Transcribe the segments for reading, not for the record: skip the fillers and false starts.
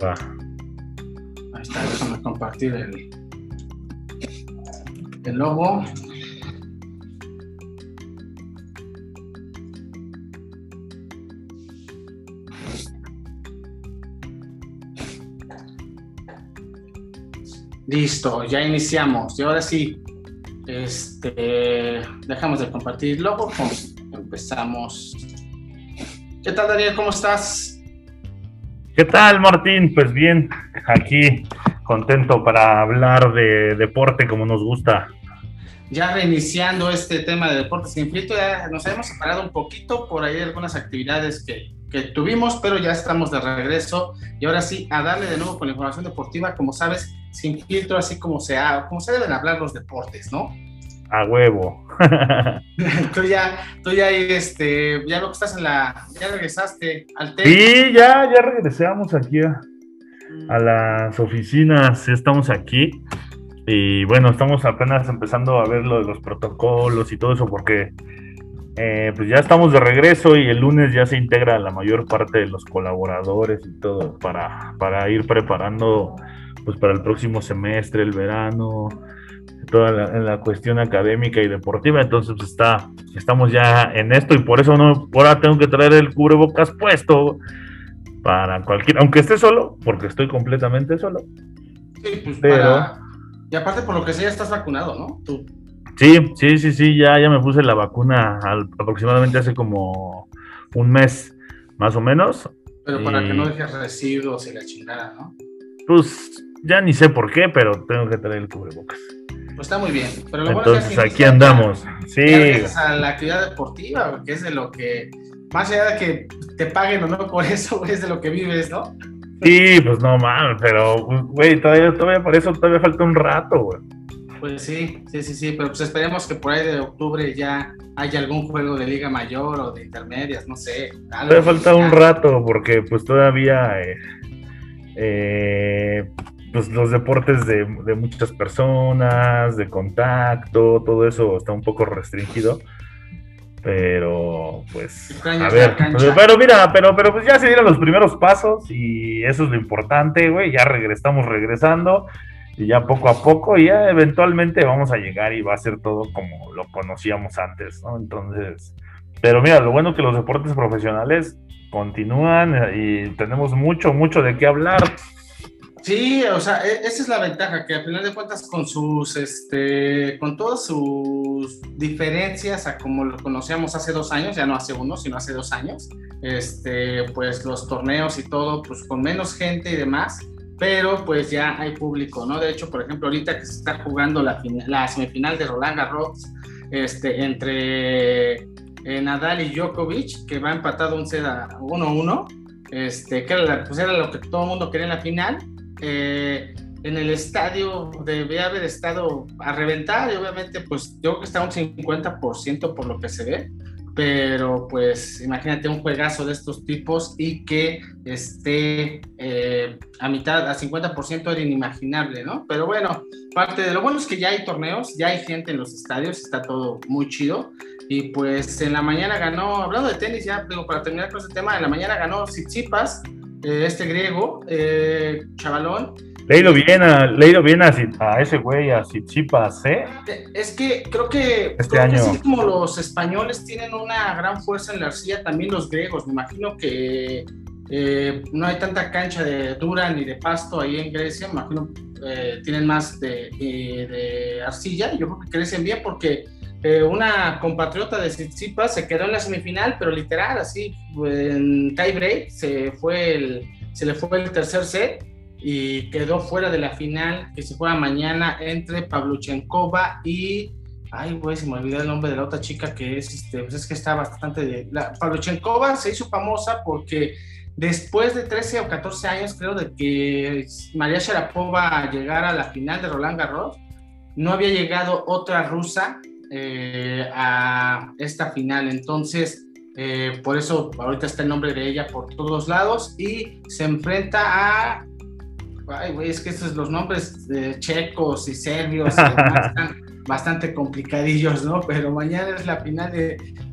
Va. Ahí está, déjame compartir el logo. Listo, ya iniciamos. Y ahora sí, dejamos de compartir el logo. Empezamos. ¿Qué tal, Daniel? ¿Cómo estás? ¿Qué tal, Martín? Pues bien, aquí contento para hablar de deporte como nos gusta. Ya reiniciando este tema de deportes sin filtro, ya nos hemos separado un poquito por ahí algunas actividades que tuvimos, pero ya estamos de regreso y ahora sí a darle de nuevo con la información deportiva, como sabes, sin filtro, así como se deben hablar los deportes, ¿no? A huevo. Tú ya veo que estás ya regresaste al TEC. Sí, ya regresamos aquí a las oficinas, estamos aquí. Y bueno, estamos apenas empezando a ver lo de los protocolos y todo eso porque pues ya estamos de regreso y el lunes ya se integra la mayor parte de los colaboradores y todo para ir preparando pues para el próximo semestre, el verano, toda la cuestión académica y deportiva. Entonces pues estamos ya en esto y por eso ahora tengo que traer el cubrebocas puesto para cualquier, aunque esté solo, porque estoy completamente solo. Sí, pues y aparte por lo que sea estás vacunado, ¿no? Tú. Sí, ya me puse la vacuna aproximadamente hace como un mes, más o menos. Pero para que no dejes residuos y la chingada, ¿no? Pues ya ni sé por qué, pero tengo que traer el cubrebocas. Pues está muy bien. Pero lo entonces bueno es que aquí andamos. Sí. Gracias a la actividad deportiva, porque es de lo que, más allá de que te paguen o no por eso, es de lo que vives, ¿no? Sí, pues no mames, pero, güey, todavía para eso todavía falta un rato, güey. Pues sí, pero pues esperemos que por ahí de octubre ya haya algún juego de Liga Mayor o de intermedias, no sé. Todavía falta un rato, porque pues todavía pues los deportes de muchas personas, de contacto, todo eso está un poco restringido. Pero pues a ver, pero mira, pero pues ya se dieron los primeros pasos y eso es lo importante, güey. Ya estamos regresando y ya poco a poco y ya eventualmente vamos a llegar y va a ser todo como lo conocíamos antes, ¿no? Entonces, pero mira, lo bueno es que los deportes profesionales continúan y tenemos mucho de qué hablar. Sí, o sea, esa es la ventaja, que al final de cuentas con con todas sus diferencias a como lo conocíamos hace 2 años, ya no hace 1, sino hace 2 años, pues los torneos y todo, pues con menos gente y demás, pero pues ya hay público, ¿no? De hecho, por ejemplo, ahorita que se está jugando la semifinal de Roland Garros, entre Nadal y Djokovic, que va empatado 1-1, que era lo que todo el mundo quería en la final. En el estadio debe haber estado a reventar y obviamente pues yo creo que está un 50% por lo que se ve, pero pues imagínate un juegazo de estos tipos y que esté a mitad, a 50% era inimaginable, ¿no? Pero bueno, parte de lo bueno es que ya hay torneos, ya hay gente en los estadios, está todo muy chido. Y pues en la mañana ganó, hablando de tenis, ya digo, para terminar con este tema, en la mañana ganó Tsitsipas, griego, chavalón. Le ha ido bien a ese güey, a Tsitsipas, ¿eh? Es que creo que año. Así como los españoles tienen una gran fuerza en la arcilla, también los griegos. Me imagino que no hay tanta cancha de dura ni de pasto ahí en Grecia. Me imagino tienen más de arcilla. Yo creo que crecen bien porque una compatriota de Tsitsipas se quedó en la semifinal, pero literal, así, en tie break, se le fue el tercer set y quedó fuera de la final que se juega mañana entre Pavlyuchenkova y ay, güey, se me olvidó el nombre de la otra chica que es, pues es que está bastante Pavlyuchenkova se hizo famosa porque después de 13 o 14 años, creo, de que María Sharapova llegara a la final de Roland Garros, no había llegado otra rusa a esta final. Entonces, por eso ahorita está el nombre de ella por todos lados y se enfrenta a... Ay, güey, es que estos los nombres checos y serbios están bastante complicadillos, ¿no? Pero mañana es la final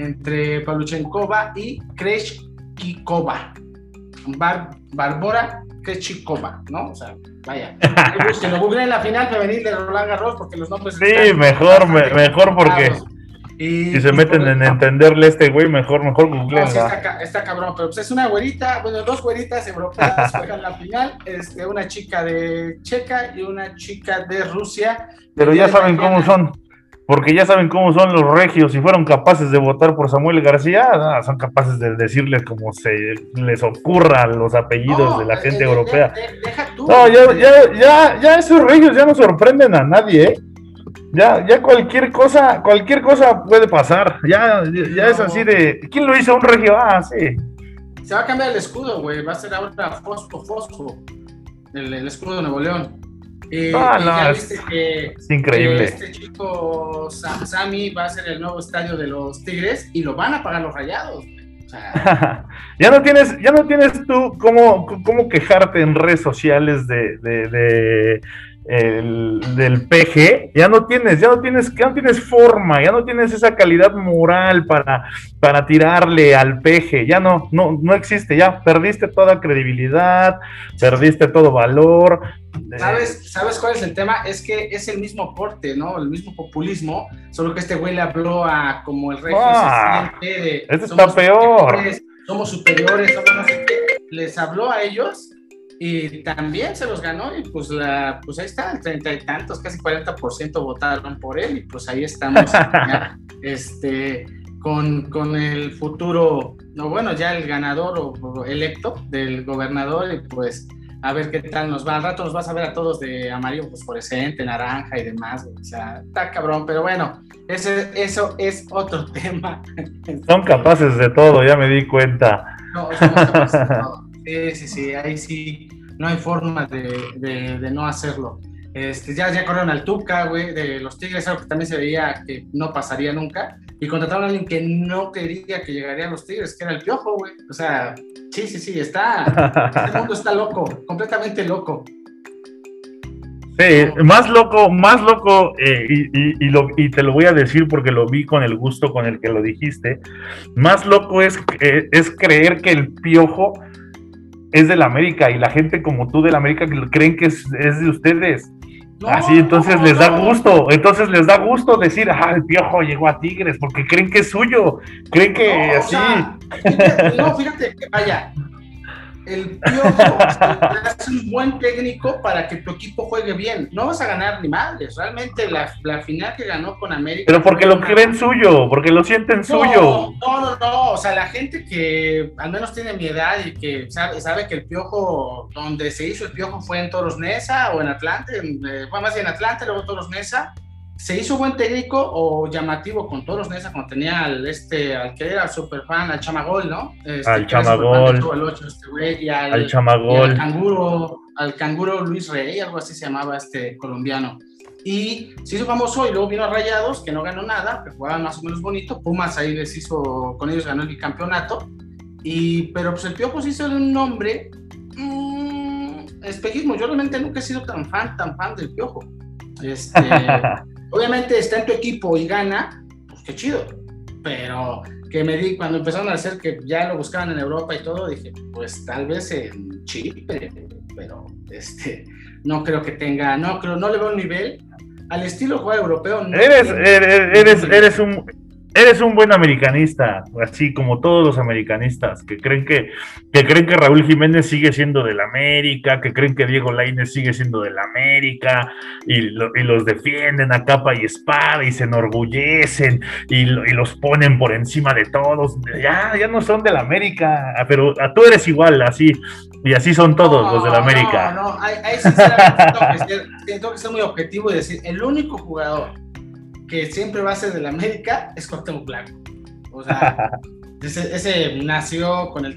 entre Pavlyuchenkova y Krejcikova. Barbora ¿qué es Chikova? ¿No? O sea, vaya. Que lo googleen en la final femenil de Roland Garros, porque los nombres... Sí, mejor porque... Y se meten en entenderle a este güey, mejor googleenla. No, sí está cabrón, pero pues es una güerita, bueno, 2 güeritas europeas juegan la final, una chica de Checa y una chica de Rusia. Pero ya saben cómo son, porque ya saben cómo son los regios. Si fueron capaces de votar por Samuel García, son capaces de decirles como se les ocurra los apellidos de la gente europea. Deja tú. No, ya esos regios ya no sorprenden a nadie, ¿eh? Ya cualquier cosa puede pasar. Ya es así de... ¿Quién lo hizo? Un regio. Ah, sí. Se va a cambiar el escudo, güey. Va a ser ahora Fosfo. El escudo de Nuevo León. Ya viste que... Es increíble. Que este chico Sammy va a ser el nuevo estadio de los Tigres y lo van a pagar los Rayados, güey. O sea... ya no tienes tú cómo quejarte en redes sociales del PG, ya no tienes forma, ya no tienes esa calidad moral para tirarle al PG, ya no existe, ya perdiste toda credibilidad, perdiste todo valor. ¿Sabes cuál es el tema? Es que es el mismo porte, ¿no? El mismo populismo, solo que este güey le habló a como el regio de este está peor. Somos superiores, somos no sé qué. Les habló a ellos y también se los ganó y pues ahí está, el 30 y tantos, casi 40% votaron por él y pues ahí estamos ya, con el futuro, ya el ganador o electo del gobernador y pues a ver qué tal nos va. Al rato nos vas a ver a todos de amarillo fosforescente, naranja y demás, o sea, está cabrón, pero bueno, eso es otro tema. Son capaces de todo, ya me di cuenta. No, somos capaces de todo. Sí, ahí sí, no hay forma de no hacerlo. Ya corrieron al Tuca, güey, de los Tigres, algo que también se veía que no pasaría nunca, y contrataron a alguien que no quería que llegaría a los Tigres, que era el Piojo, güey. O sea, sí, este mundo está loco, completamente loco. Sí, más loco, y te lo voy a decir porque lo vi con el gusto con el que lo dijiste. Más loco es creer que el Piojo es de la América y la gente como tú de la América creen que es de ustedes. Así, entonces les da gusto decir, el Piojo llegó a Tigres, porque creen que es suyo, creen que así. Fíjate que vaya, el Piojo es un buen técnico para que tu equipo juegue bien. No vas a ganar ni madres. Realmente la final que ganó con América... Pero porque lo creen suyo, porque lo sienten suyo. No. O sea, la gente que al menos tiene mi edad y que sabe que el Piojo, donde se hizo el Piojo fue en Toros Neza o en Atlante, más bien en Atlante, luego Toros Neza. Se hizo buen técnico o llamativo con Toros Neza cuando tenía al que era super fan, al Chamagol, ¿no? Al Chamagol. Al Chamagol. Al canguro Luis Rey, algo así se llamaba colombiano. Y se hizo famoso y luego vino a Rayados, que no ganó nada, que jugaban más o menos bonito. Pumas ahí con ellos ganó el campeonato. Pero pues el Piojo se hizo un nombre. Espejismo, yo realmente nunca he sido tan fan del Piojo. Obviamente está en tu equipo y gana, pues qué chido, pero cuando empezaron a hacer que ya lo buscaban en Europa y todo, dije, pues tal vez en Chile, pero no creo que tenga, no le veo un nivel, al estilo juego europeo. No Eres un buen americanista, así como todos los americanistas, que creen que Raúl Jiménez sigue siendo del América, que creen que Diego Lainez sigue siendo del América, y los defienden a capa y espada, y se enorgullecen, y los ponen por encima de todos. Ya no son del América, pero tú eres igual, así, y así son todos los del América. No, ahí sinceramente tengo que ser muy objetivo y decir, el único jugador que siempre va a ser del América es Cuauhtémoc Blanco. O sea, ese nació con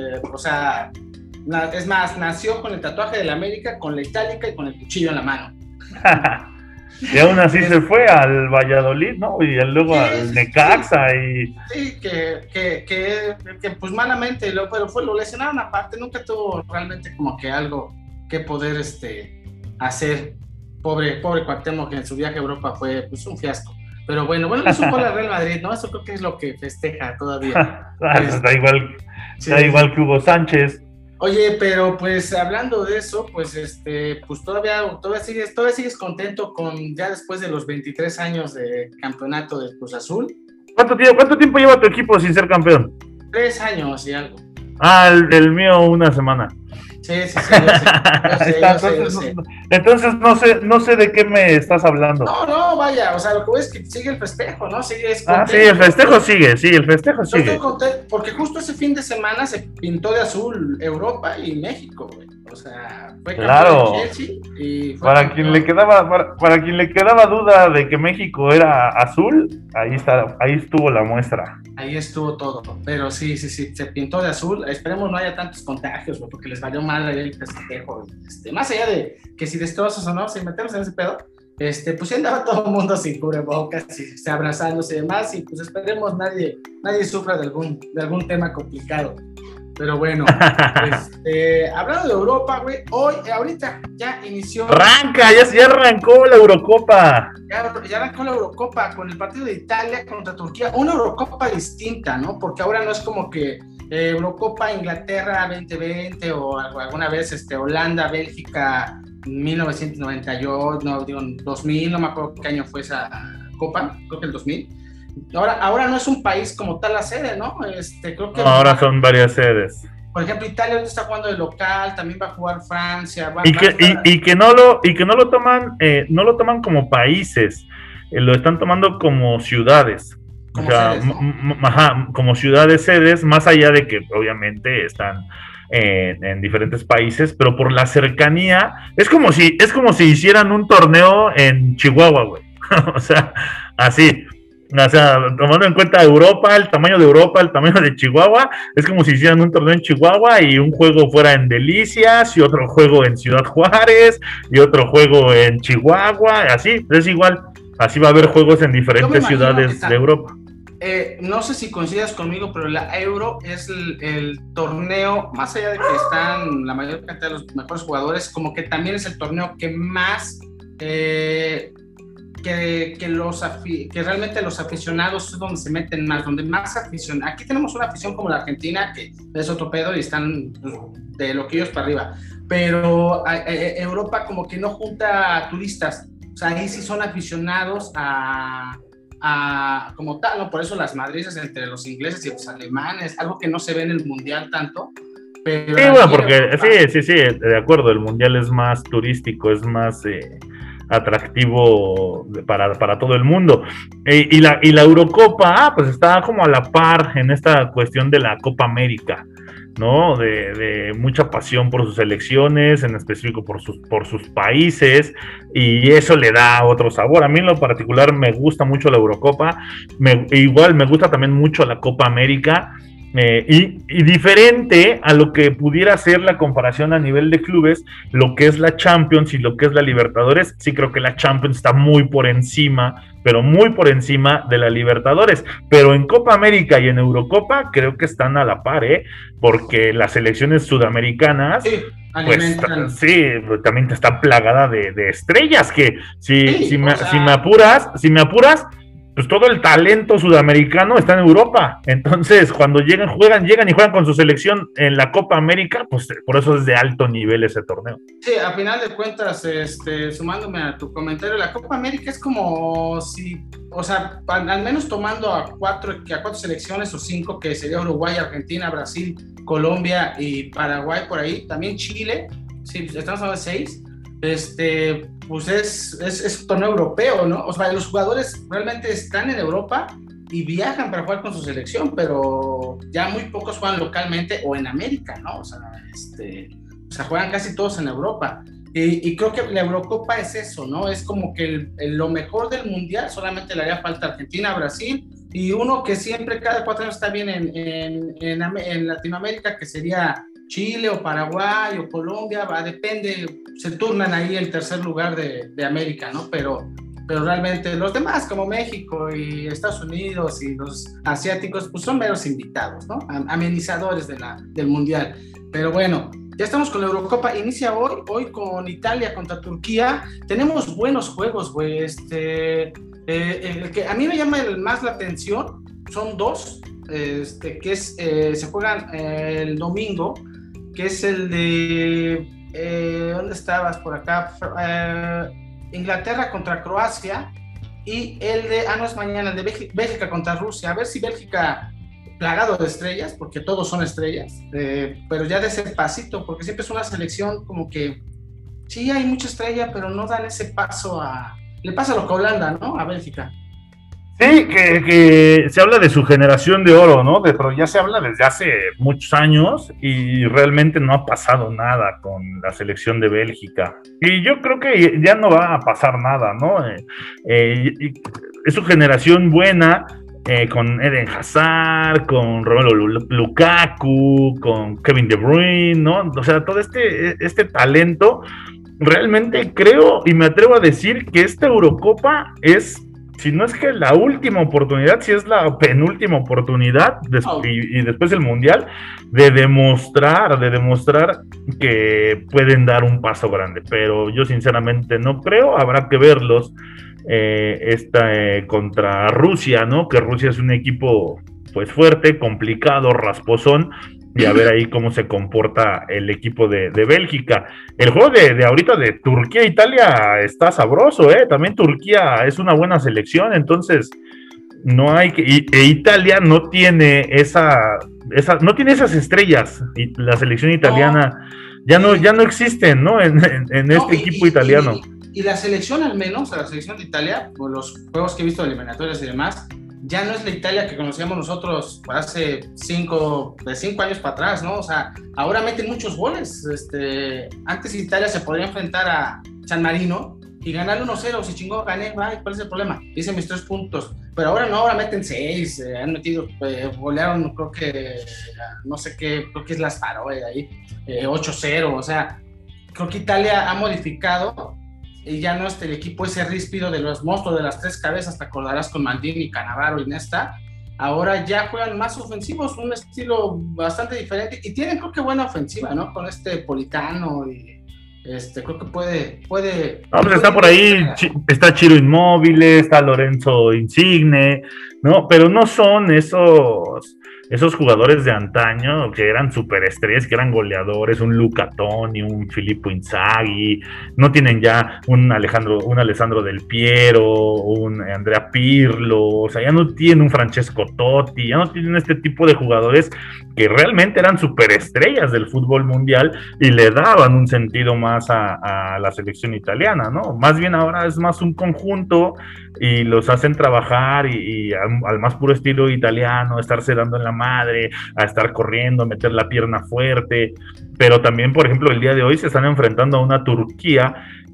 nació con el tatuaje del América, con la itálica y con el cuchillo en la mano. Y aún así se fue al Valladolid, ¿no? Y luego al Necaxa y... Sí, que pues malamente, pero lo lesionaron aparte, nunca tuvo realmente como que algo que poder hacer. Pobre Cuauhtémoc, que en su viaje a Europa fue pues un fiasco. Pero bueno, le supo al Real Madrid, ¿no? Eso creo que es lo que festeja todavía. Está igual que Hugo Sánchez. Oye, pero pues hablando de eso, pues pues todavía sigues contento con ya después de los 23 años de campeonato del Cruz Azul. ¿Cuánto tiempo lleva tu equipo sin ser campeón? 3 años y algo. Ah, el mío una semana. Sí, sí, sí, yo sé. Entonces no sé de qué me estás hablando. No, no, vaya, o sea, lo que voy es que sigue el festejo, ¿no? Sigues Sí, contento. el festejo sigue, sí, el festejo Yo estoy sigue. contento porque justo ese fin de semana se pintó de azul Europa y México, güey. O sea, fue campeón de Claro. Chelsea y fue Para quien le campeón. quedaba, para quien le quedaba duda de que México era azul, ahí estuvo la muestra. Ahí estuvo todo, pero sí, sí, sí, se pintó de azul. Esperemos no haya tantos contagios, güey, porque les valió madre ahí el festejo. Más allá de que si destrozos o no, si metemos en ese pedo, pues ya andaba todo el mundo sin cubrebocas, y se abrazándose y demás, y pues esperemos nadie sufra de algún tema complicado. Pero bueno, hablando de Europa, güey, ahorita ya inició. Ya arrancó la Eurocopa. Ya arrancó la Eurocopa con el partido de Italia contra Turquía, una Eurocopa distinta, ¿no? Porque ahora no es como que Eurocopa Inglaterra 2020 o alguna vez Holanda, Bélgica 1998, no, digo 2000, no me acuerdo qué año fue esa copa, creo que el 2000. Ahora no es un país como tal la sede, ¿no? Creo que Ahora son varias sedes. por ejemplo, Italia está jugando de local, también va a jugar Francia. Y que no lo toman, no lo toman como países, lo están tomando como ciudades. Como o sea, sedes, ¿no? como ciudades sedes, más allá de que obviamente están en diferentes países, pero por la cercanía, es como si hicieran un torneo en Chihuahua, güey. O sea, así. O sea, tomando en cuenta Europa, el tamaño de Europa, el tamaño de Chihuahua, es como si hicieran un torneo en Chihuahua y un juego fuera en Delicias y otro juego en Ciudad Juárez y otro juego en Chihuahua, así, es igual. Así va a haber juegos en diferentes ciudades de Europa. No sé si coincidas conmigo, pero la Euro es el torneo, más allá de que están la mayor cantidad de los mejores jugadores, como que también es el torneo que más que realmente los aficionados es donde se meten más, donde más afición. Aquí tenemos una afición como la Argentina, que es otro pedo y están de lo que ellos para arriba, pero Europa como que no junta turistas, o sea, ahí sí son aficionados como tal, ¿no? Por eso las madrizas entre los ingleses y los alemanes, algo que no se ve en el mundial tanto. Pero sí, bueno, porque sí, de acuerdo, el mundial es más turístico, es más atractivo para todo el mundo. Y la Eurocopa, pues está como a la par en esta cuestión de la Copa América, ¿no? De mucha pasión por sus selecciones, en específico por sus países, y eso le da otro sabor. A mí en lo particular me gusta mucho la Eurocopa, igual me gusta también mucho la Copa América. Y diferente a lo que pudiera ser la comparación a nivel de clubes, lo que es la Champions y lo que es la Libertadores, sí creo que la Champions está muy por encima, pero muy por encima de la Libertadores, pero en Copa América y en Eurocopa creo que están a la par, porque las selecciones sudamericanas, sí, pues sí, también está plagada de estrellas que si me apuras, pues todo el talento sudamericano está en Europa. Entonces, cuando llegan y juegan con su selección en la Copa América, pues por eso es de alto nivel ese torneo. Sí, a final de cuentas, sumándome a tu comentario, la Copa América es como si, o sea, al menos tomando a cuatro selecciones o 5, que sería Uruguay, Argentina, Brasil, Colombia y Paraguay por ahí, también Chile, sí, estamos hablando de 6. Pues es un torneo europeo, ¿no? O sea, los jugadores realmente están en Europa y viajan para jugar con su selección, pero ya muy pocos juegan localmente o en América, ¿no? O sea, juegan casi todos en Europa. Y creo que la Eurocopa es eso, ¿no? Es como que lo mejor del Mundial, solamente le haría falta a Argentina, Brasil, y uno que siempre cada 4 años está bien en Latinoamérica, que sería Chile o Paraguay o Colombia, depende, se turnan ahí el tercer lugar de América, ¿no? Pero realmente los demás, como México y Estados Unidos y los asiáticos, pues son meros invitados, ¿no? Amenizadores del Mundial. Pero bueno, ya estamos con la Eurocopa, inicia hoy con Italia contra Turquía. Tenemos buenos juegos, güey. El que a mí me llama más la atención son dos, se juegan el domingo, que es el de, ¿dónde estabas? Por acá, Inglaterra contra Croacia, y el de, no es mañana, el de Bélgica contra Rusia. A ver si Bélgica, plagado de estrellas, porque todos son estrellas, pero ya de ese pasito, porque siempre es una selección como que sí hay mucha estrella, pero no dan ese paso le pasa lo que a Holanda, ¿no? A Bélgica. Sí, que se habla de su generación de oro, ¿no? Pero ya se habla desde hace muchos años y realmente no ha pasado nada con la selección de Bélgica. Y yo creo que ya no va a pasar nada, ¿no? Es su generación buena, con Eden Hazard, con Romelu Lukaku, con Kevin De Bruyne, ¿no? O sea, todo este talento, realmente creo y me atrevo a decir que esta Eurocopa es, si no es que la última oportunidad, si es la penúltima oportunidad, y después el Mundial, de demostrar que pueden dar un paso grande. Pero yo sinceramente no creo, habrá que verlos contra Rusia, ¿no? Que Rusia es un equipo pues fuerte, complicado, rasposón, y a ver ahí cómo se comporta el equipo de Bélgica. El juego de ahorita de Turquía-Italia está sabroso, ¿eh? También Turquía es una buena selección, entonces no hay que... Italia no tiene no tiene esas estrellas, y la selección italiana ya no existen, ¿no? En este equipo italiano. Y la selección, al menos, la selección de Italia, por los juegos que he visto de eliminatorias y demás, ya no es la Italia que conocíamos nosotros hace 5 años para atrás, ¿no? O sea, ahora meten muchos goles. Antes Italia se podría enfrentar a San Marino y ganarle 1-0, si chingó, gané, ¿cuál es el problema? Hice mis 3 puntos. Pero ahora no, ahora meten 6, han metido, golearon, creo que, no sé qué, creo que es las Faroe ahí, 8-0, o sea, creo que Italia ha modificado y ya no es el equipo ese ríspido de los monstruos de las 3 cabezas, te acordarás con Maldini, Cannavaro y Nesta. Ahora ya juegan más ofensivos, un estilo bastante diferente, y tienen creo que buena ofensiva, ¿no? Con Politano y creo que puede. No, pues está por ahí, está Ciro Immobile, está Lorenzo Insigne, ¿no? Pero no son esos jugadores de antaño que eran superestrellas, que eran goleadores, un Luca Toni, un Filippo Inzaghi, no tienen ya un Alessandro Del Piero, un Andrea Pirlo, o sea, ya no tienen un Francesco Totti, ya no tienen este tipo de jugadores que realmente eran superestrellas del fútbol mundial y le daban un sentido más a la selección italiana, ¿no? Más bien ahora es más un conjunto y los hacen trabajar y al más puro estilo italiano, estarse dando en la madre, a estar corriendo, a meter la pierna fuerte. Pero también, por ejemplo, el día de hoy se están enfrentando a una Turquía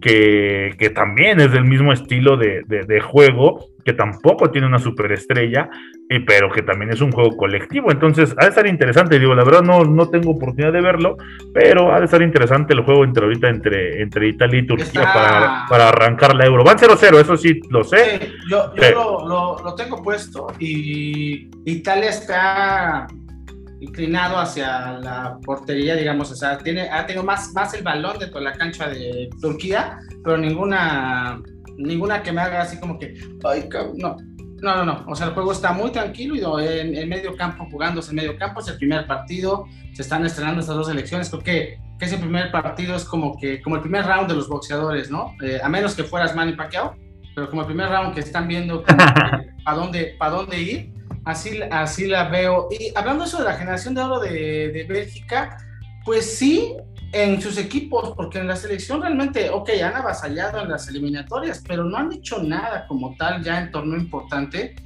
que también es del mismo estilo de juego, que tampoco tiene una superestrella, pero que también es un juego colectivo. Entonces ha de estar interesante, digo, la verdad no tengo oportunidad de verlo, pero ha de estar interesante el juego entre Italia y Turquía para arrancar la Euro. Van 0-0, eso sí lo sé. Sí, yo lo tengo puesto, y Italia está inclinado hacia la portería, digamos, o sea, ha tenido más el balón dentro de la cancha de Turquía, pero ninguna que me haga así como que, ay, no, o sea, el juego está muy tranquilo y en medio campo, jugándose en medio campo, es el primer partido, se están estrenando estas 2 selecciones, creo que ese primer partido es como el primer round de los boxeadores, ¿no? A menos que fueras Manny Pacquiao, pero como el primer round que están viendo para dónde ir. Así la veo. Y hablando eso de la generación de oro de Bélgica, pues sí, en sus equipos, porque en la selección realmente, han avasallado en las eliminatorias, pero no han hecho nada como tal ya en torneo importante.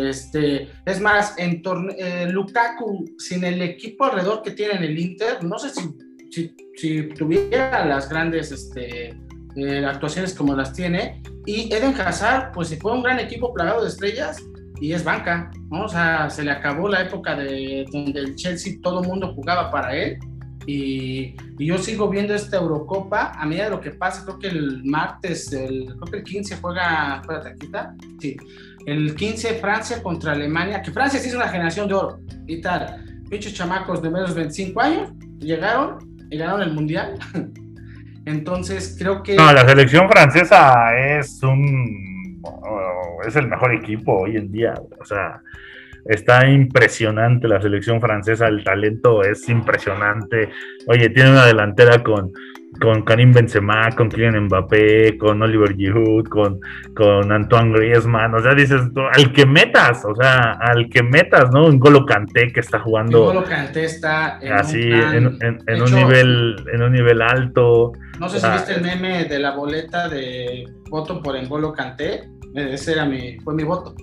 Es más, Lukaku, sin el equipo alrededor que tiene en el Inter, no sé si tuviera las grandes actuaciones como las tiene. Y Eden Hazard, pues si fue un gran equipo plagado de estrellas, y es banca, ¿no? O sea, se le acabó la época donde el Chelsea todo el mundo jugaba para él, y yo sigo viendo esta Eurocopa a medida de lo que pasa. Creo que el martes, creo que el 15 juega, espérate, aquí está, sí, el 15 Francia contra Alemania, que Francia sí es una generación de oro y tal, pinches chamacos de menos de 25 años, llegaron y ganaron el Mundial. Entonces creo que... No, la selección francesa es el mejor equipo hoy en día, o sea, está impresionante la selección francesa, el talento es impresionante. Oye, tiene una delantera con Karim Benzema, con Kylian Mbappé, con Oliver Giroud, con Antoine Griezmann, o sea, dices, al que metas, ¿no? N'Golo Kanté, que está jugando. N'Golo Kanté está así, en un nivel alto. No sé si viste el meme de la boleta de voto por N'Golo Kanté, ese fue mi voto.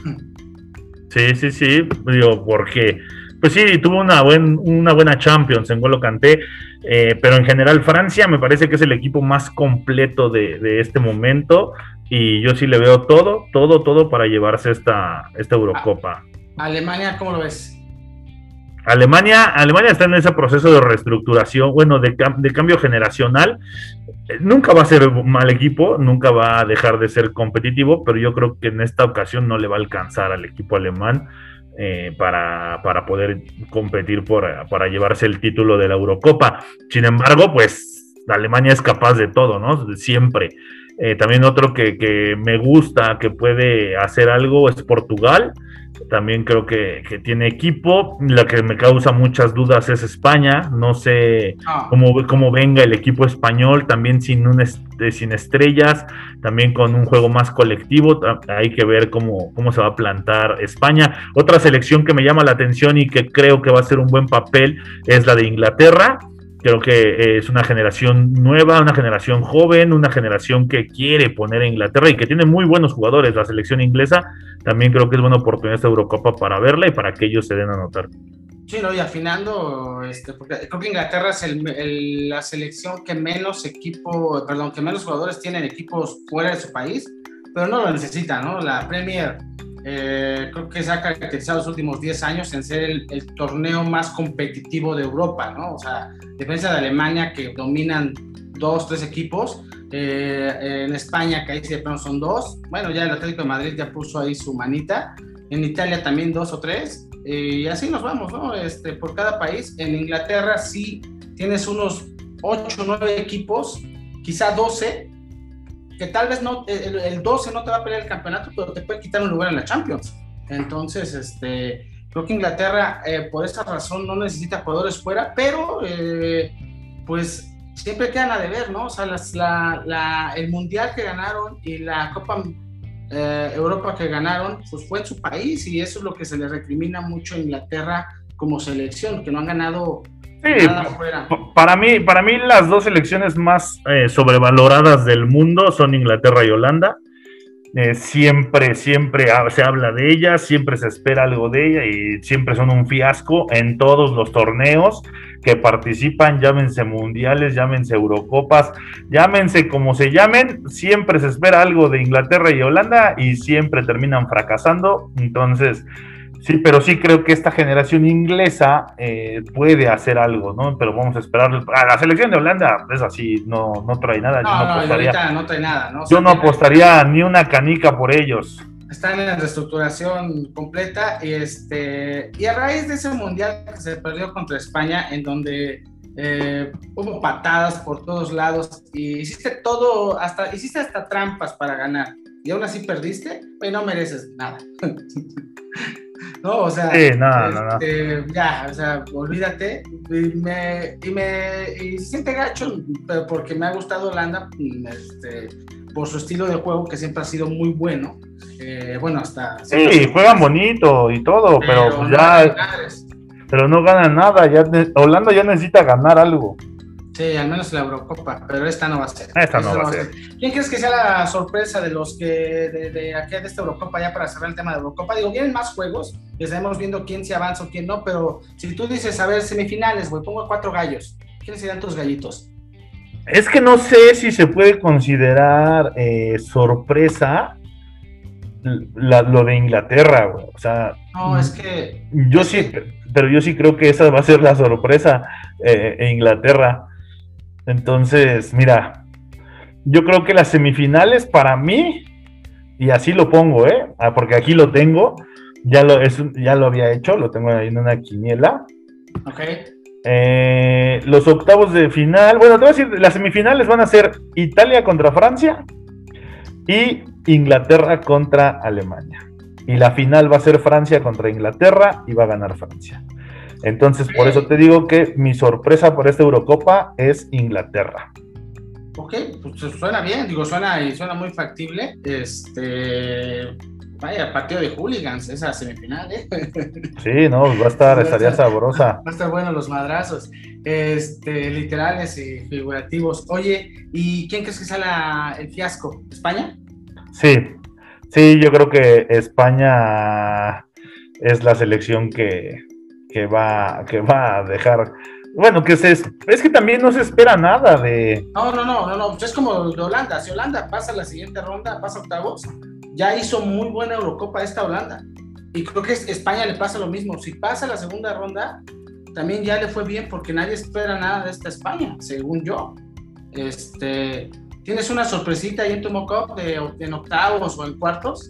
Sí, digo, porque pues sí, tuvo una buena Champions en N'Golo Kanté, pero en general Francia me parece que es el equipo más completo de este momento, y yo sí le veo todo para llevarse esta Eurocopa. Alemania, ¿cómo lo ves? Alemania está en ese proceso de reestructuración, bueno, de cambio generacional. Nunca va a ser mal equipo, nunca va a dejar de ser competitivo, pero yo creo que en esta ocasión no le va a alcanzar al equipo alemán para poder competir para llevarse el título de la Eurocopa. Sin embargo, pues Alemania es capaz de todo, ¿no? Siempre. También otro que me gusta, que puede hacer algo, es Portugal. También creo que tiene equipo. La que me causa muchas dudas es España. No sé cómo venga el equipo español, también sin estrellas, también con un juego más colectivo. Hay que ver cómo se va a plantar España. Otra selección que me llama la atención y que creo que va a ser un buen papel es la de Inglaterra. Creo que es una generación nueva, una generación joven, una generación que quiere poner a Inglaterra y que tiene muy buenos jugadores. La selección inglesa también creo que es buena oportunidad esta Eurocopa para verla y para que ellos se den a notar. Sí, y afinando, porque creo que Inglaterra es la selección que menos jugadores tienen equipos fuera de su país, pero no lo necesita, ¿no? La Premier creo que se ha caracterizado los últimos 10 años en ser el torneo más competitivo de Europa, ¿no? O sea, defensa de Alemania, que dominan 2-3 equipos, en España, que ahí sí de plano son 2, bueno, ya el Atlético de Madrid ya puso ahí su manita, en Italia también 2 o 3, y así nos vamos, ¿no? Por cada país. En Inglaterra sí tienes unos 8 o 9 equipos, quizá 12, que tal vez no, el 12 no te va a pelear el campeonato, pero te puede quitar un lugar en la Champions. Entonces, creo que Inglaterra, por esta razón, no necesita jugadores fuera, pero pues siempre quedan a deber, ¿no? O sea, el Mundial que ganaron y la Copa Europa que ganaron, pues fue en su país, y eso es lo que se le recrimina mucho a Inglaterra como selección, que no han ganado. Sí, para mí las dos selecciones más sobrevaloradas del mundo son Inglaterra y Holanda. Siempre se habla de ellas, siempre se espera algo de ella y siempre son un fiasco en todos los torneos que participan, llámense mundiales, llámense Eurocopas, llámense como se llamen, siempre se espera algo de Inglaterra y Holanda y siempre terminan fracasando. Entonces, sí, pero sí creo que esta generación inglesa puede hacer algo, ¿no? Pero vamos a esperar. La selección de Holanda es así, no trae nada. No trae nada, ¿no? Yo no apostaría ni una canica por ellos. Están en reestructuración completa y a raíz de ese mundial que se perdió contra España, en donde hubo patadas por todos lados y hiciste hasta trampas para ganar y aún así perdiste, pues no mereces nada. No, o sea, sí, ya, o sea, olvídate. Y se siente gacho, pero porque me ha gustado Holanda, por su estilo de juego, que siempre ha sido muy bueno. Bueno, hasta... Sí, juegan bonito y todo, pero pues ya... Pero no ganan nada, Holanda ya necesita ganar algo. Sí, al menos la Eurocopa, pero esta no va a ser. Esta no va a ser. ¿Quién crees que sea la sorpresa de los que de aquí de esta Eurocopa, ya para cerrar el tema de Eurocopa? Digo, vienen más juegos, y estaremos viendo quién se avanza o quién no, pero si tú dices, a ver, semifinales, güey, pongo 4 gallos, ¿quiénes serían tus gallitos? Es que no sé si se puede considerar sorpresa lo de Inglaterra, güey. O sea, no, es que... Pero yo sí creo que esa va a ser la sorpresa, Inglaterra. Entonces, mira, yo creo que las semifinales para mí, y así lo pongo, porque aquí lo tengo, ya lo había hecho, lo tengo ahí en una quiniela. Ok. Los octavos de final, bueno, te voy a decir, las semifinales van a ser Italia contra Francia y Inglaterra contra Alemania. y la final va a ser Francia contra Inglaterra y va a ganar Francia. Entonces, por eso te digo que mi sorpresa por esta Eurocopa es Inglaterra. Ok, pues suena bien, digo, suena muy factible. Vaya, partido de hooligans, esa semifinal, ¿eh? Sí, no, estaría sabrosa. Va a estar bueno los madrazos, literales y figurativos. Oye, ¿y quién crees que sea el fiasco? ¿España? Sí, yo creo que España es la selección que va a dejar. Bueno, es que también no se espera nada de. No, pues es como de Holanda. Si Holanda pasa la siguiente ronda, pasa octavos, ya hizo muy buena Eurocopa esta Holanda. Y creo que España le pasa lo mismo. Si pasa la segunda ronda, también ya le fue bien porque nadie espera nada de esta España, según yo. ¿Tienes una sorpresita ahí en tu mock-up en octavos o en cuartos?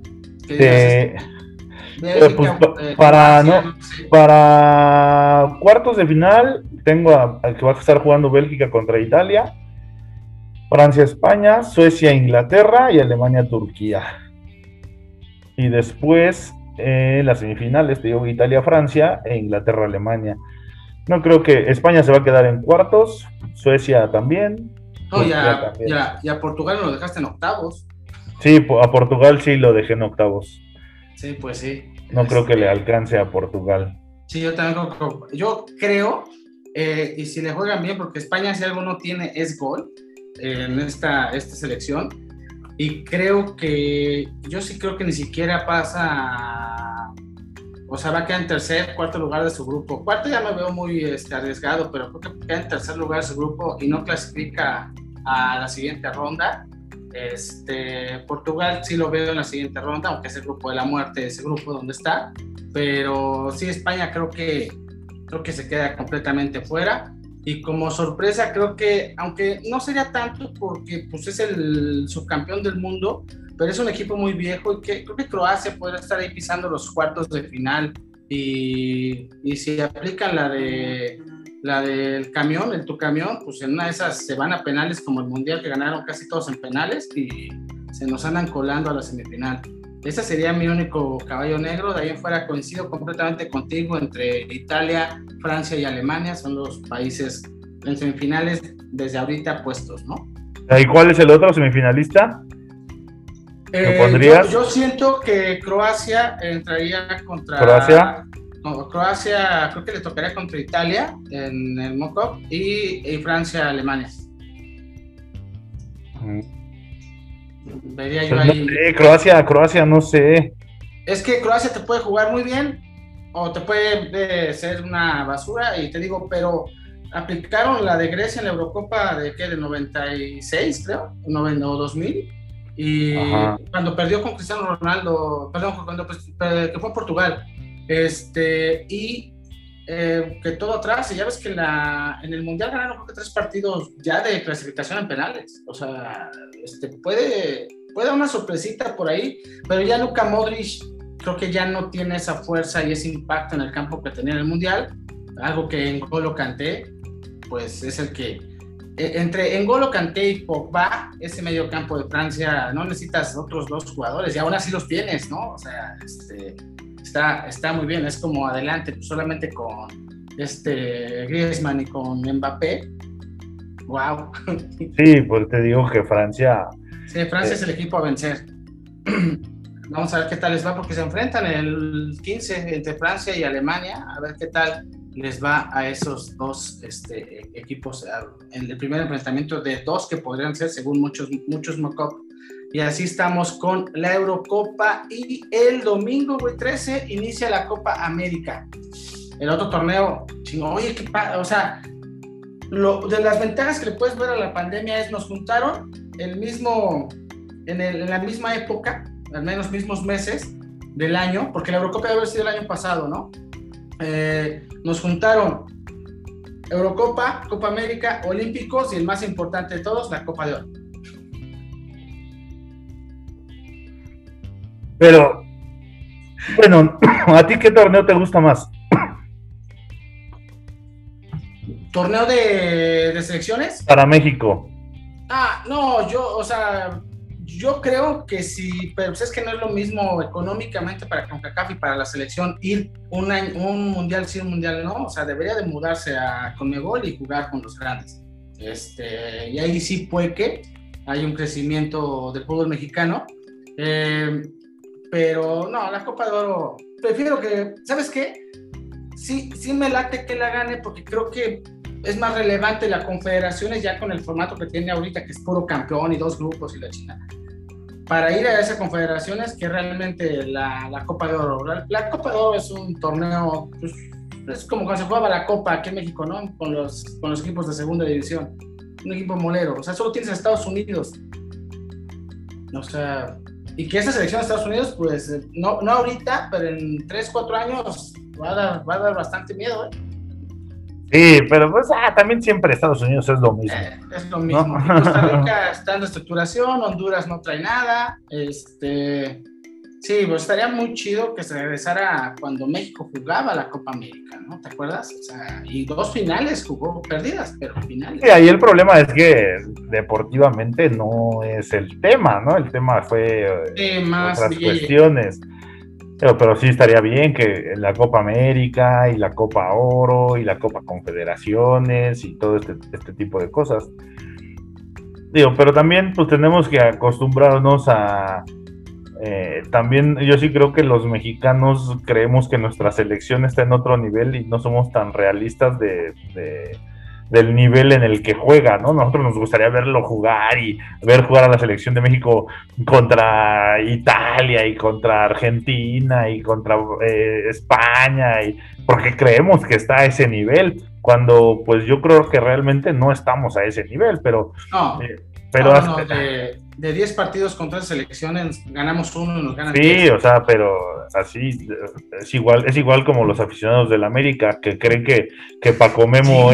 Para cuartos de final tengo al que va a estar jugando Bélgica contra Italia, Francia, España, Suecia, Inglaterra y Alemania, Turquía. Y después las semifinales te digo Italia, Francia e Inglaterra, Alemania. No creo que España se va a quedar en cuartos, Suecia también. No, y a Portugal lo dejaste en octavos. Sí, a Portugal sí lo dejé en octavos. Sí, pues sí. No creo que le alcance a Portugal. Sí, yo también creo, y si le juegan bien, porque España si algo no tiene es gol en esta selección, y yo sí creo que ni siquiera pasa, o sea, va a quedar en tercer, cuarto lugar de su grupo. Cuarto ya me veo muy arriesgado, pero creo que queda en tercer lugar de su grupo y no clasifica a la siguiente ronda. Portugal sí lo veo en la siguiente ronda, aunque es el grupo de la muerte, ese grupo donde está, pero sí España creo que se queda completamente fuera. Y como sorpresa creo que, aunque no sería tanto porque pues es el subcampeón del mundo, pero es un equipo muy viejo y que creo que Croacia podría estar ahí pisando los cuartos de final, y si aplican la del camión, el tu camión, pues en una de esas se van a penales como el mundial que ganaron casi todos en penales y se nos andan colando a la semifinal. Ese sería mi único caballo negro. De ahí en fuera coincido completamente contigo, entre Italia, Francia y Alemania son los países en semifinales desde ahorita puestos, ¿no? ¿Y cuál es el otro semifinalista? Yo siento que Croacia entraría contra... Croacia creo que le tocaría contra Italia en el mock-up y Francia, Alemania. Vería yo ahí. No sé, Croacia, no sé. Es que Croacia te puede jugar muy bien o te puede ser una basura, y te digo, pero aplicaron la de Grecia en la Eurocopa del 96, creo, o 2000, y ajá, cuando perdió con Cristiano Ronaldo, que fue Portugal. Que todo atrás, y ya ves que en el Mundial ganaron creo que 3 partidos ya de clasificación en penales, o sea, puede una sorpresita por ahí, pero ya Luka Modric creo que ya no tiene esa fuerza y ese impacto en el campo que tenía en el Mundial, algo que N'Golo Kanté, pues es el que, entre N'Golo Kanté y Pogba, ese medio campo de Francia, no necesitas otros 2 jugadores, y aún así los tienes, ¿no? O sea, Está muy bien, es como adelante, pues solamente con Griezmann y con Mbappé. Wow. Sí, pues te digo que Francia. Sí, Francia es el equipo a vencer. Vamos a ver qué tal les va, porque se enfrentan el 15 entre Francia y Alemania, a ver qué tal les va a esos dos equipos en el primer enfrentamiento de 2 que podrían ser según muchos mock-up. Y así estamos con la Eurocopa, y el domingo, 13, inicia la Copa América. El otro torneo, chingón. Oye, o sea, de las ventajas que le puedes ver a la pandemia es nos juntaron en la misma época, al menos mismos meses del año, porque la Eurocopa debe haber sido el año pasado, ¿no? Nos juntaron Eurocopa, Copa América, Olímpicos y el más importante de todos, la Copa de Oro. Pero, bueno, ¿a ti qué torneo te gusta más? ¿Torneo de selecciones? Para México. No, o sea, Yo creo que sí, pero pues es que no es lo mismo económicamente para CONCACAF y para la selección ir un mundial sí, un mundial no. O sea, debería de mudarse a CONMEBOL y jugar con los grandes. Y ahí sí puede que hay un crecimiento del fútbol mexicano. Pero no, la Copa de Oro, prefiero que, ¿sabes qué? Sí, sí me late que la gane porque creo que es más relevante la Confederaciones ya con el formato que tiene ahorita, que es puro campeón y 2 grupos y la China. Para ir a esa Confederaciones que realmente la Copa de Oro. La Copa de Oro es un torneo, pues, es como cuando se jugaba la Copa aquí en México, ¿no? Con los equipos de segunda división. Un equipo molero. O sea, solo tienes a Estados Unidos. O sea, y que esa selección de Estados Unidos, pues, no ahorita, pero en 3, 4 años va a dar bastante miedo, ¿eh? Sí, pero pues también siempre Estados Unidos es lo mismo. Es lo mismo. ¿No? Costa Rica está en reestructuración, Honduras no trae nada. Sí, pues estaría muy chido que se regresara cuando México jugaba la Copa América, ¿no? ¿Te acuerdas? O sea, y 2 finales jugó perdidas, pero finales. Sí, ahí el problema es que deportivamente no es el tema, ¿no? El tema fue más otras cuestiones. Pero sí estaría bien que la Copa América y la Copa Oro y la Copa Confederaciones y todo este tipo de cosas. Pero también pues tenemos que acostumbrarnos a... también yo sí creo que los mexicanos creemos que nuestra selección está en otro nivel y no somos tan realistas del nivel en el que juega, ¿no? Nosotros nos gustaría verlo jugar y ver jugar a la selección de México contra Italia y contra Argentina y contra España, porque creemos que está a ese nivel, cuando pues yo creo que realmente no estamos a ese nivel, pero... No. De 10 partidos contra selecciones ganamos 1 y nos ganan 10. Sí, o sea, pero así es igual como los aficionados del América que creen que Paco Memo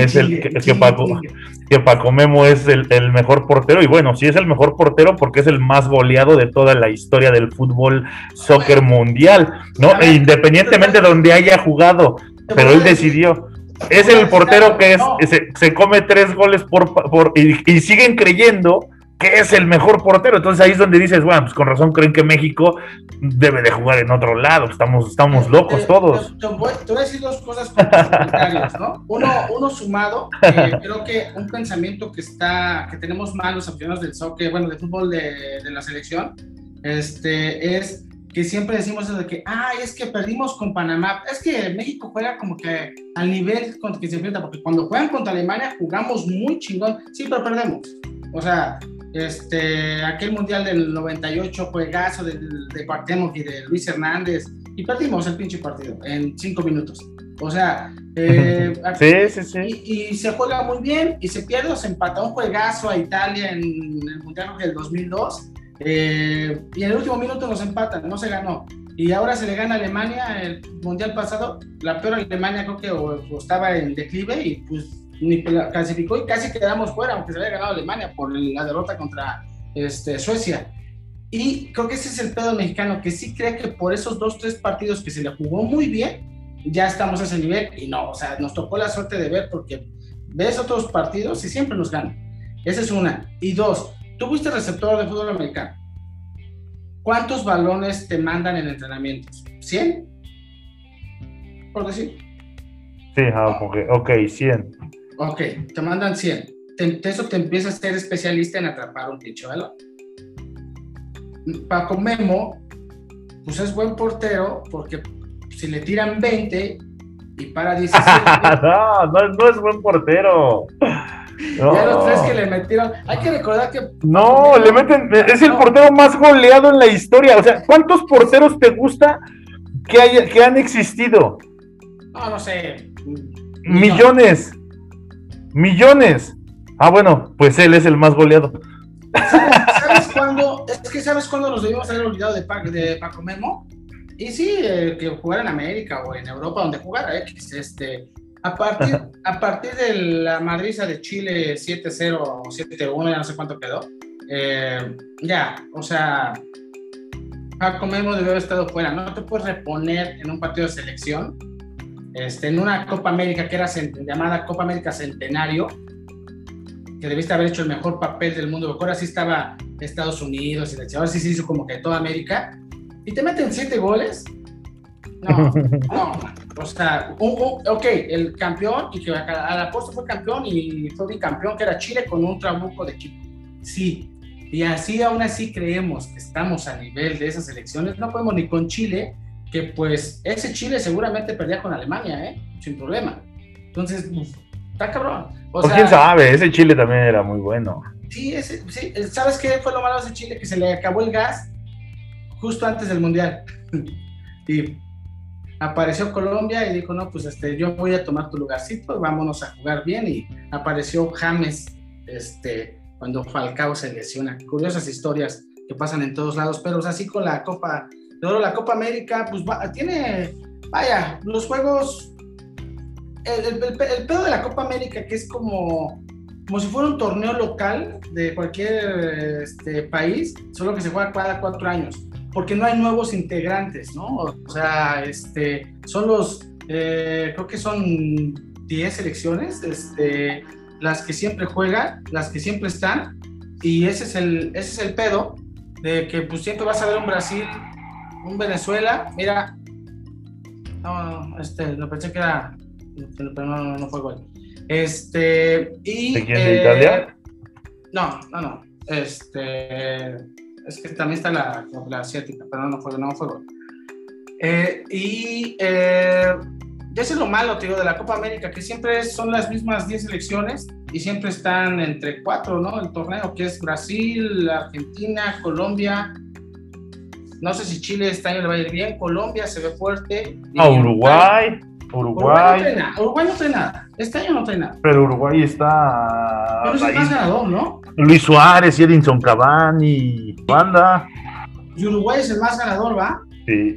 que Paco Memo es el mejor portero, y bueno, sí es el mejor portero porque es el más goleado de toda la historia del fútbol soccer mundial, ¿no? Independientemente de donde haya jugado, pero él decidió. Es el portero que se come 3 goles y siguen creyendo que es el mejor portero. Entonces ahí es donde dices, bueno, pues con razón creen que México debe de jugar en otro lado. Estamos locos todos. Te voy a decir 2 cosas complementarias, ¿no? Uno sumado, creo que un pensamiento que tenemos mal los aficionados del soccer, bueno, del fútbol de la selección, es que siempre decimos eso de que, es que perdimos con Panamá. Es que México juega como que al nivel con que se enfrenta, porque cuando juegan contra Alemania jugamos muy chingón, sí, pero perdemos. O sea, aquel mundial del 98, juegazo de Cuauhtémoc y de Luis Hernández, y perdimos el pinche partido en 5 minutos. O sea, sí. Y se juega muy bien y se pierde o se empata un juegazo a Italia en el mundial del 2002. Y en el último minuto nos empatan, no se ganó. Y ahora se le gana a Alemania. El mundial pasado, la peor Alemania creo que o estaba en declive y pues ni clasificó y casi quedamos fuera, aunque se había ganado Alemania por la derrota contra Suecia. Y creo que ese es el pedo mexicano, que sí cree que por esos 2-3 partidos que se le jugó muy bien, ya estamos a ese nivel. Y no, o sea, nos tocó la suerte de ver, porque ves otros partidos y siempre nos ganan. Esa es una. Y 2, tú fuiste receptor de fútbol americano. ¿Cuántos balones te mandan en entrenamientos? ¿100? Por decir. Sí, ok, 100. Ok, te mandan 100. Eso te empieza a ser especialista en atrapar un pinche balón. Paco Memo, pues es buen portero, porque si le tiran 20 y para 17... no es buen portero. No. Ya los 3 que le metieron, hay que recordar que... No, le meten, es el portero más goleado en la historia. O sea, ¿cuántos porteros te gusta que han existido? No sé. Millones. Bueno, pues él es el más goleado. ¿Sabes cuándo? Es que ¿sabes cuándo nos debimos haber olvidado de Paco Memo? Y sí, que jugara en América o en Europa, donde jugara, a partir de la madriza de Chile 7-0 o 7-1, ya no sé cuánto quedó, o sea, Paco Memo debió haber estado fuera. No te puedes reponer en un partido de selección, en una Copa América que era llamada Copa América Centenario, que debiste haber hecho el mejor papel del mundo, porque ahora sí estaba Estados Unidos, y ahora sí se hizo como que toda América, y te meten 7 goles. No, o sea, ok, el campeón, y que a la postre fue campeón y fue bicampeón, que era Chile, con un trabuco de equipo. Sí, y así aún así creemos que estamos a nivel de esas elecciones. No podemos ni con Chile, que pues ese Chile seguramente perdía con Alemania, sin problema. Entonces, está cabrón. O sea, quién sabe, ese Chile también era muy bueno. Sí, ¿sabes qué fue lo malo de ese Chile? Que se le acabó el gas justo antes del Mundial. Y apareció Colombia y dijo, no, pues yo voy a tomar tu lugarcito, vámonos a jugar bien. Y apareció James, cuando Falcao se lesiona. Curiosas historias que pasan en todos lados, pero así con la Copa de Oro, la Copa América, pues tiene, vaya, los juegos, el pedo de la Copa América, que es como si fuera un torneo local de cualquier país, solo que se juega cada 4 años, porque no hay nuevos integrantes, ¿no? O sea, son creo que son 10 selecciones, las que siempre juegan, las que siempre están, y ese es el pedo, de que pues siempre vas a ver un Brasil, un Venezuela. Mira, no pensé que era, pero no fue gol. Y, ¿de quién, de Italia? No. Es que también está la asiática, pero no fue gol. Ya es lo malo, te digo, de la Copa América, que siempre son las mismas 10 selecciones y siempre están entre 4, ¿no? El torneo, que es Brasil, Argentina, Colombia. No sé si Chile este año le va a ir bien. Colombia se ve fuerte. Uruguay no trae nada. Este año no trae nada. Pero Uruguay está... Pero es el más ganador, ¿no? Luis Suárez, Edinson Cavani, banda. Y Uruguay es el más ganador, ¿va? Sí.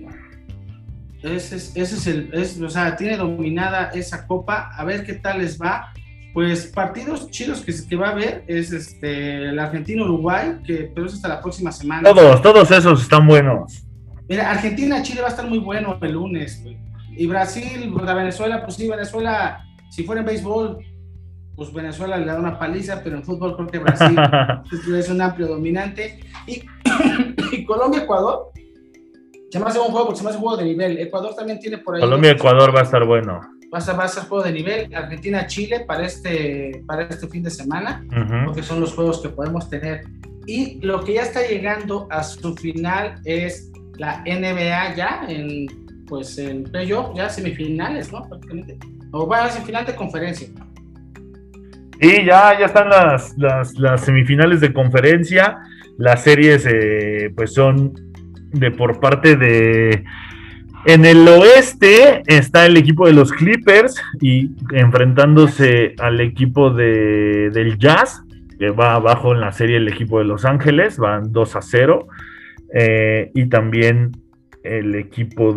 O sea, tiene dominada esa copa. A ver qué tal les va. Pues partidos chidos que va a haber es el Argentina-Uruguay, pero es hasta la próxima semana. Todos esos están buenos. Mira, Argentina-Chile va a estar muy bueno el lunes, güey. Y Brasil, la Venezuela, pues sí, Venezuela, si fuera en béisbol, pues Venezuela le da una paliza, pero en fútbol creo que Brasil es un amplio dominante. Y Colombia-Ecuador, se me hace un juego, porque se me hace un juego de nivel. Ecuador también tiene por ahí. Colombia-Ecuador va a estar bueno. Va a ser juego de nivel. Argentina-Chile para este fin de semana, porque son los juegos que podemos tener. Y lo que ya está llegando a su final es la NBA ya en playoff, ya semifinales, ¿no? Prácticamente. O va a ser final de conferencia. Y ya están las semifinales de conferencia. Las series pues son por parte de... En el oeste está el equipo de los Clippers y enfrentándose al equipo del Jazz, que va abajo en la serie el equipo de Los Ángeles, van 2-0. Y también el equipo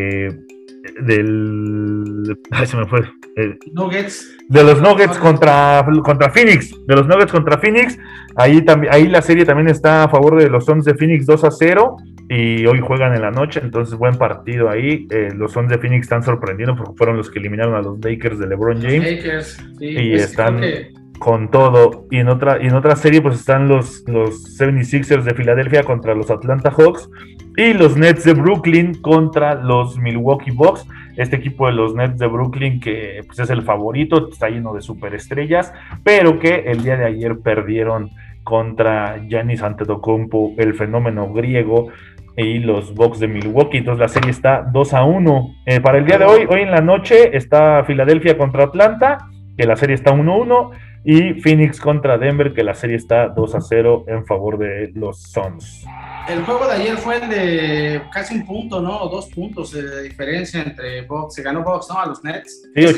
se me fue. Nuggets. De los Nuggets contra Phoenix. De los Nuggets contra Phoenix. Ahí la serie también está a favor de los Suns de Phoenix 2-0. Y hoy juegan en la noche, entonces buen partido ahí. Los Suns de Phoenix están sorprendiendo porque fueron los que eliminaron a los Lakers de LeBron James. Lakers, sí, y están con todo. Y en otra serie pues están los 76ers de Filadelfia contra los Atlanta Hawks. Y los Nets de Brooklyn contra los Milwaukee Bucks. Este equipo de los Nets de Brooklyn, que pues, es el favorito, está lleno de superestrellas, pero que el día de ayer perdieron contra Giannis Antetokounmpo, el fenómeno griego, y los Bucks de Milwaukee. Entonces la serie está 2-1. Para el día de hoy en la noche, está Filadelfia contra Atlanta, que la serie está 1-1, y Phoenix contra Denver, que la serie está 2-0 en favor de los Suns. El juego de ayer fue el de casi 1 punto, ¿no? O 2 puntos de diferencia entre Bucks. Se ganó Bucks, ¿no? A los Nets. Sí,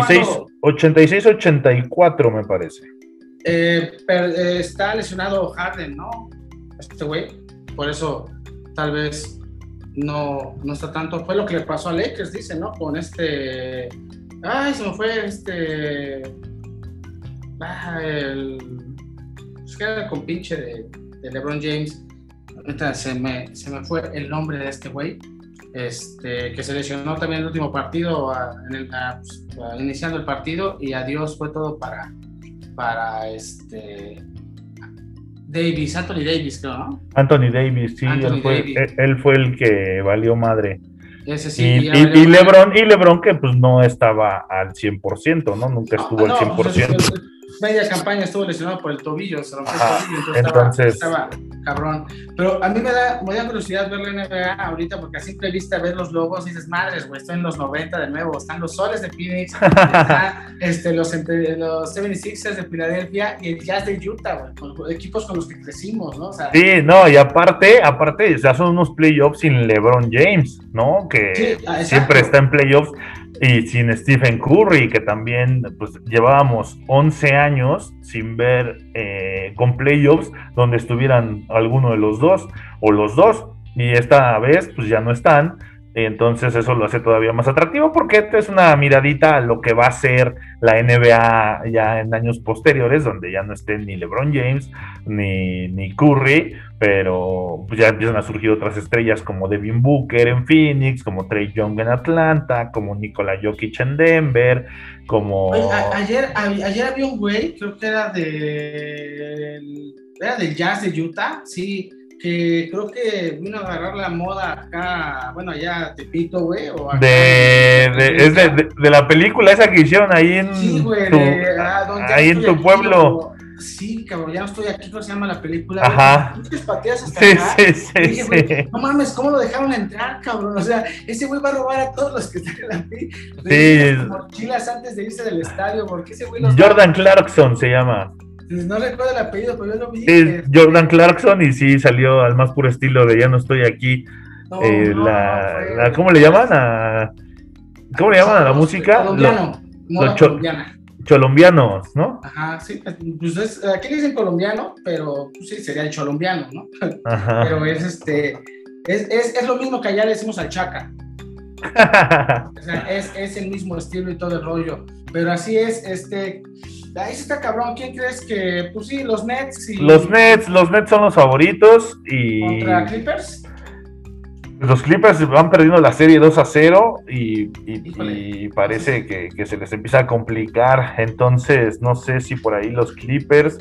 86-84 me parece. Está lesionado Harden, ¿no? Este güey. Por eso tal vez no está tanto. Fue lo que le pasó a Lakers, dice, ¿no? Con se me fue es que era el compinche de LeBron James. Ahorita se me fue el nombre de este güey, que se lesionó también el último partido, iniciando el partido, y adiós, fue todo para Davis, Anthony Davis, creo, ¿no? Anthony Davis, sí, Anthony Davis. Él fue el que valió madre. Ese sí, Y LeBron que pues no estaba al 100%, ¿no? Nunca estuvo al 100%. Pues, media campaña estuvo lesionado por el tobillo, se rompió el tobillo, entonces estaba cabrón. Pero a mí me da curiosidad ver la NBA ahorita, porque a simple vista ver los logos y dices, madres, güey, estoy en los 90 de nuevo, están los Soles de Phoenix, están los 76ers de Filadelfia y el Jazz de Utah, güey, equipos con los que crecimos, ¿no? O sea, sí, no, y aparte, ya son unos playoffs sin LeBron James, ¿no? Que sí, siempre está en playoffs, y sin Stephen Curry, que también pues llevábamos 11 años sin ver con playoffs donde estuvieran alguno de los dos o los dos, y esta vez pues ya no están. Entonces eso lo hace todavía más atractivo, porque esta es una miradita a lo que va a ser la NBA ya en años posteriores, donde ya no estén ni LeBron James ni Curry, pero pues ya empiezan a surgir otras estrellas como Devin Booker en Phoenix, como Trae Young en Atlanta, como Nikola Jokic en Denver, como... Oye, ayer había un güey, creo que era del Jazz de Utah, sí, que creo que vino a agarrar la moda acá, bueno, allá a Tepito, güey, o acá, de la película esa que hicieron ahí en sí, güey, ahí en tu aquí, pueblo. Sí, cabrón, ya no estoy aquí, ¿cómo se llama la película? Ajá. Pateas hasta sí, acá. Sí, dije, güey, no mames, ¿cómo lo dejaron entrar, cabrón? O sea, ese güey va a robar a todos los que están en la fila. Sí. Mochilas antes de irse del estadio, porque ese güey Jordan Clarkson se llama. No recuerdo el apellido, pero yo lo vi. Sí, Jordan Clarkson, y sí salió al más puro estilo de ya no estoy aquí. ¿Cómo le llaman? ¿Cómo le llaman a la música? Colombiano. Cholombianos, ¿no? Ajá, sí, pues aquí le dicen colombiano, pero pues, sí, sería el cholombiano, ¿no? Ajá. Pero es lo mismo que allá le decimos al chaca. O sea, es el mismo estilo y todo el rollo, pero así es, ahí está cabrón. ¿Quién crees que, pues sí, los Nets y... Los Nets son los favoritos y... ¿Contra Clippers? Los Clippers van perdiendo la serie 2-0 y parece que se les empieza a complicar, entonces no sé si por ahí los Clippers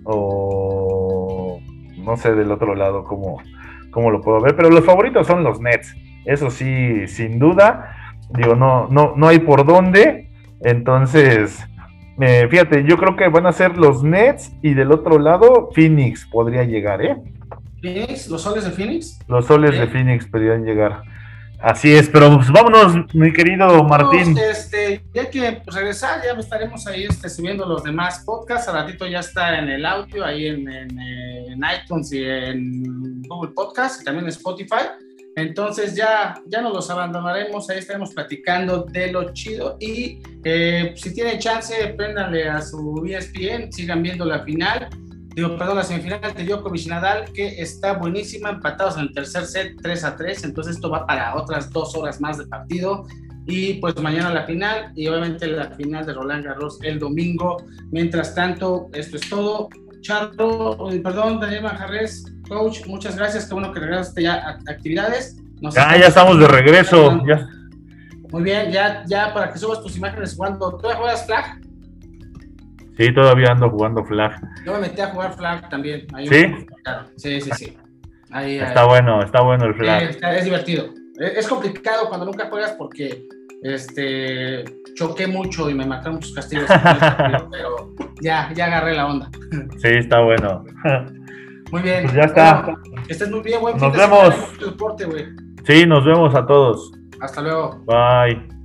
o no sé del otro lado cómo lo puedo ver, pero los favoritos son los Nets, eso sí, sin duda, digo, no hay por dónde, entonces... fíjate, yo creo que van a ser los Nets y del otro lado Phoenix podría llegar, ¿Phoenix? ¿Los Soles de Phoenix? Los Soles de Phoenix podrían llegar. Así es, pero pues vámonos, mi querido Martín. Ya que regresar, ya estaremos ahí subiendo los demás podcasts. Al ratito ya está en el audio, ahí en iTunes y en Google Podcast, y también en Spotify. Entonces ya nos los abandonaremos, ahí estaremos platicando de lo chido y si tienen chance, préndanle a su ESPN, sigan viendo la la semifinal de Djokovic y Nadal, que está buenísima, empatados en el tercer set 3-3, entonces esto va para otras 2 horas más de partido y pues mañana la final y obviamente la final de Roland Garros el domingo. Mientras tanto, esto es todo. Daniel Manjarres, coach, muchas gracias, qué bueno que regresaste ya a actividades. Ya estamos de regreso. Ya. Muy bien, ya para que subas tus imágenes jugando. ¿Tú juegas Flag? Sí, todavía ando jugando Flag. Yo me metí a jugar Flag también. ¿Sí? Sí. Ahí, está bueno el Flag. Es divertido. Es complicado cuando nunca juegas porque choqué mucho y me mataron muchos castigos, pero ya agarré la onda. Sí, está bueno. Muy bien. Pues ya está. Bueno, que estés muy bien, güey. Nos vemos. Deporte, güey. Sí, nos vemos a todos. Hasta luego. Bye.